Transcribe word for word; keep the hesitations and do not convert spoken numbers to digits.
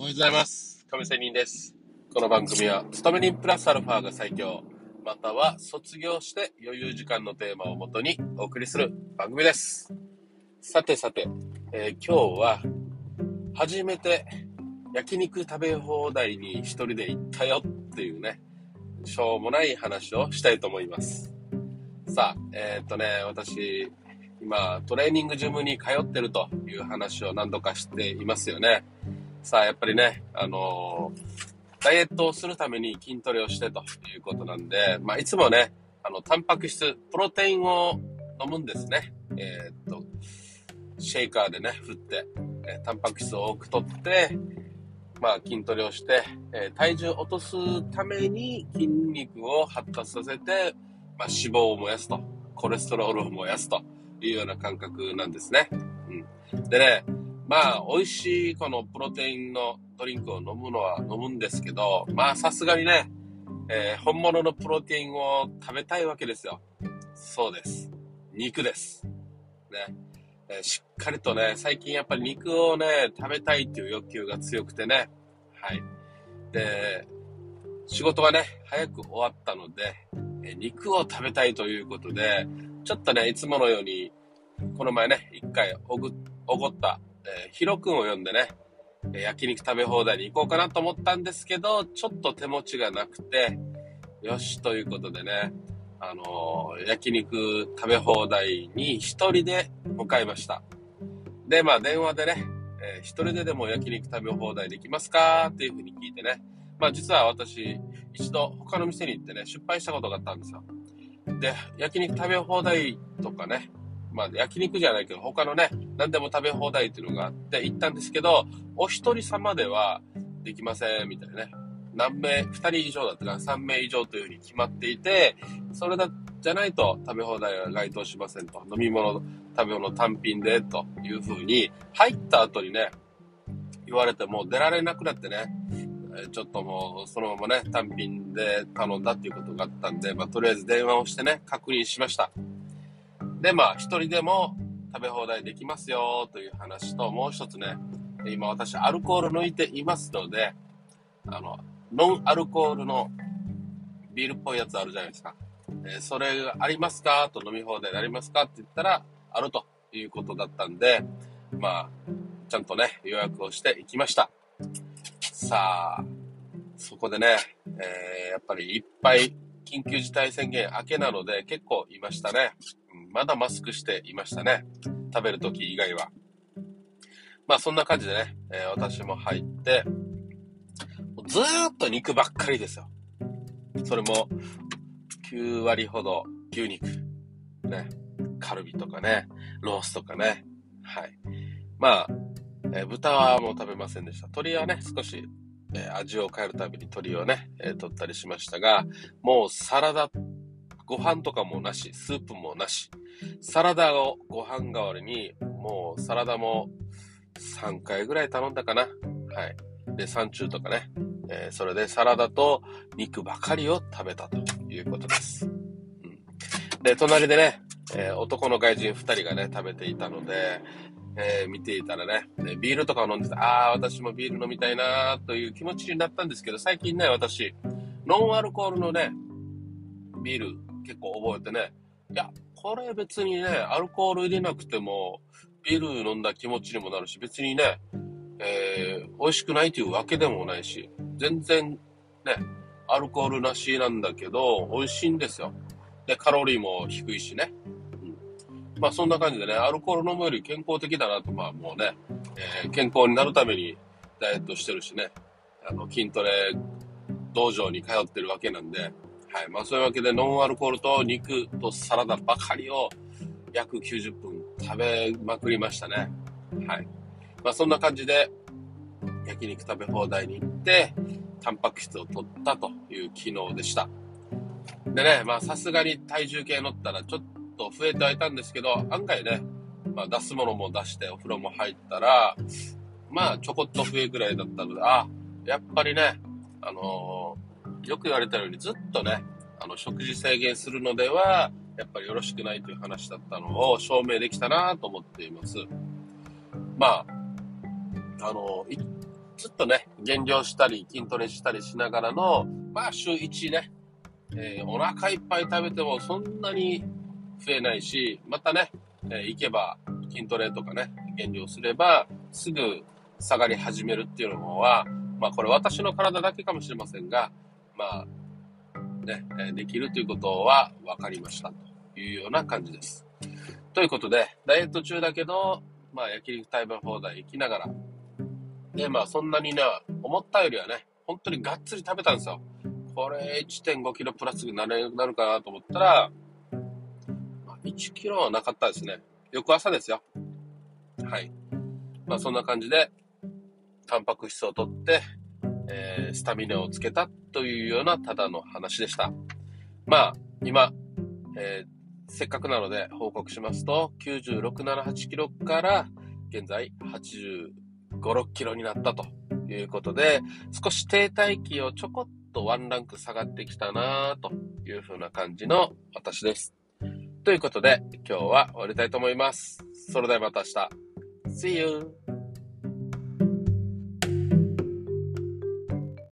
おはようございます。亀仙人です。この番組は、勤め人プラスアルファが最強、または卒業して余裕時間のテーマをもとにお送りする番組です。さてさて、えー今日は初めて焼肉食べ放題に一人で行ったよっていうね、しょうもない話をしたいと思います。さあ、えーっとね、私、今トレーニングジムに通ってるという話を何度かしていますよね。さあ、やっぱりね、あのー、ダイエットをするために筋トレをしてということなんで、まあ、いつもね、あの、タンパク質、プロテインを飲むんですね。えーっと、シェイカーでね、振って、えータンパク質を多く取って、まあ、筋トレをして、えー体重を落とすために筋肉を発達させて、まあ、脂肪を燃やすと、コレステロールを燃やすというような感覚なんですね。うん。でね、まあ、美味しいこのプロテインのドリンクを飲むのは飲むんですけど、まあ、さすがにね、えー本物のプロテインを食べたいわけですよ。そうです。肉です。ね。えーしっかりとね、最近やっぱり肉をね、食べたいっていう欲求が強くてね。はい。で、仕事がね、早く終わったので、えー肉を食べたいということで、ちょっとね、いつものように、この前ね、一回おぐ、おごった、えーヒロ君を呼んでね、えー焼肉食べ放題に行こうかなと思ったんですけど、ちょっと手持ちがなくて、よしということでね、あのー焼肉食べ放題に一人で向かいました。で、まあ電話でね、えー一人ででも焼肉食べ放題できますかっていうふうに聞いてね、まあ実は私、一度他の店に行ってね、失敗したことがあったんですよ。で、焼肉食べ放題とかね、まあ焼肉じゃないけど他のね、何でも食べ放題っていうのがあって行ったんですけど、お一人様ではできませんみたいなね。何名、二人以上だったか三名以上というふうに決まっていて、それだじゃないと食べ放題は該当しませんと。飲み物、食べ物単品でというふうに入った後にね、言われてもう出られなくなってね、ちょっともうそのままね、単品で頼んだっていうことがあったんで、まあとりあえず電話をしてね、確認しました。で、まあ一人でも食べ放題できますよという話と、もう一つね、今私アルコール抜いていますので、あの、ノンアルコールのビールっぽいやつあるじゃないですか。えーそれがありますかと、飲み放題ありますかって言ったら、あるということだったんで、まあ、ちゃんとね、予約をしていきました。さあ、そこでね、えーやっぱりいっぱい緊急事態宣言明けなので結構いましたね。うんまだマスクしていましたね。食べるとき以外は。まあそんな感じでね、えー私も入って、ずーっと肉ばっかりですよ。それもきゅう割ほど牛肉、ね、カルビとかね、ロースとかね。はい。まあ、えー豚はもう食べませんでした。鶏はね、少し、えー味を変えるために鶏をね、えー取ったりしましたが、もうサラダ、ご飯とかもなし、スープもなし。サラダをご飯代わりに、もうサラダもさんかいぐらい頼んだかな。はい。で、サンチューとかね。えーそれでサラダと肉ばかりを食べたということです。うん、で、隣でね、えー男の外人ふたりがね、食べていたので、えー見ていたらね、ビールとかを飲んでて、ああ、私もビール飲みたいなという気持ちになったんですけど、最近ね、私、ノンアルコールのね、ビール結構覚えてね、いや、これ別にね、アルコール入れなくても、ビール飲んだ気持ちにもなるし、別にね、えー美味しくないというわけでもないし、全然ね、アルコールなしなんだけど、美味しいんですよ。で、カロリーも低いしね。うん、まあそんな感じでね、アルコール飲むより健康的だなと、まあもうね、えー健康になるためにダイエットしてるしね、あの筋トレ道場に通ってるわけなんで、はい。まあそういうわけでノンアルコールと肉とサラダばかりを約きゅうじゅっぷん食べまくりましたね。はい。まあそんな感じで焼肉食べ放題に行って、タンパク質を取ったという機能でした。でね、まあさすがに体重計乗ったらちょっと増えてはいたんですけど、案外ね、まあ出すものも出してお風呂も入ったら、まあちょこっと増えぐらいだったので、あ、やっぱりね、あのーよく言われたようにずっとね、あの食事制限するのでは、やっぱりよろしくないという話だったのを証明できたなと思っています。まあ、あのーずっとね、減量したり筋トレしたりしながらの、まあ週いちね、えー、お腹いっぱい食べてもそんなに増えないし、またね、えー、行けば筋トレとかね、減量すればすぐ下がり始めるっていうのは、まあこれ私の体だけかもしれませんが、まあね、えー、できるということは分かりましたというような感じです。ということで、ダイエット中だけど、まあ焼肉食べ放題行きながら、で、まあそんなにね、思ったよりはね、本当にがっつり食べたんですよ。これ いってんごキロプラスになるなるかなと思ったら、いちキロはなかったですね。翌朝ですよ。はい。まあそんな感じで、タンパク質を取って、えー、スタミナをつけたというようなただの話でした。まあ、今、えー、せっかくなので報告しますと、きゅうじゅうろく、なな、はちキロから現在はちじゅうご、ろっキロになったということで、少し停滞期をちょこっとワンランク下がってきたなという風な感じの私です。ということで、今日は終わりたいと思います。それではまた明日。See you!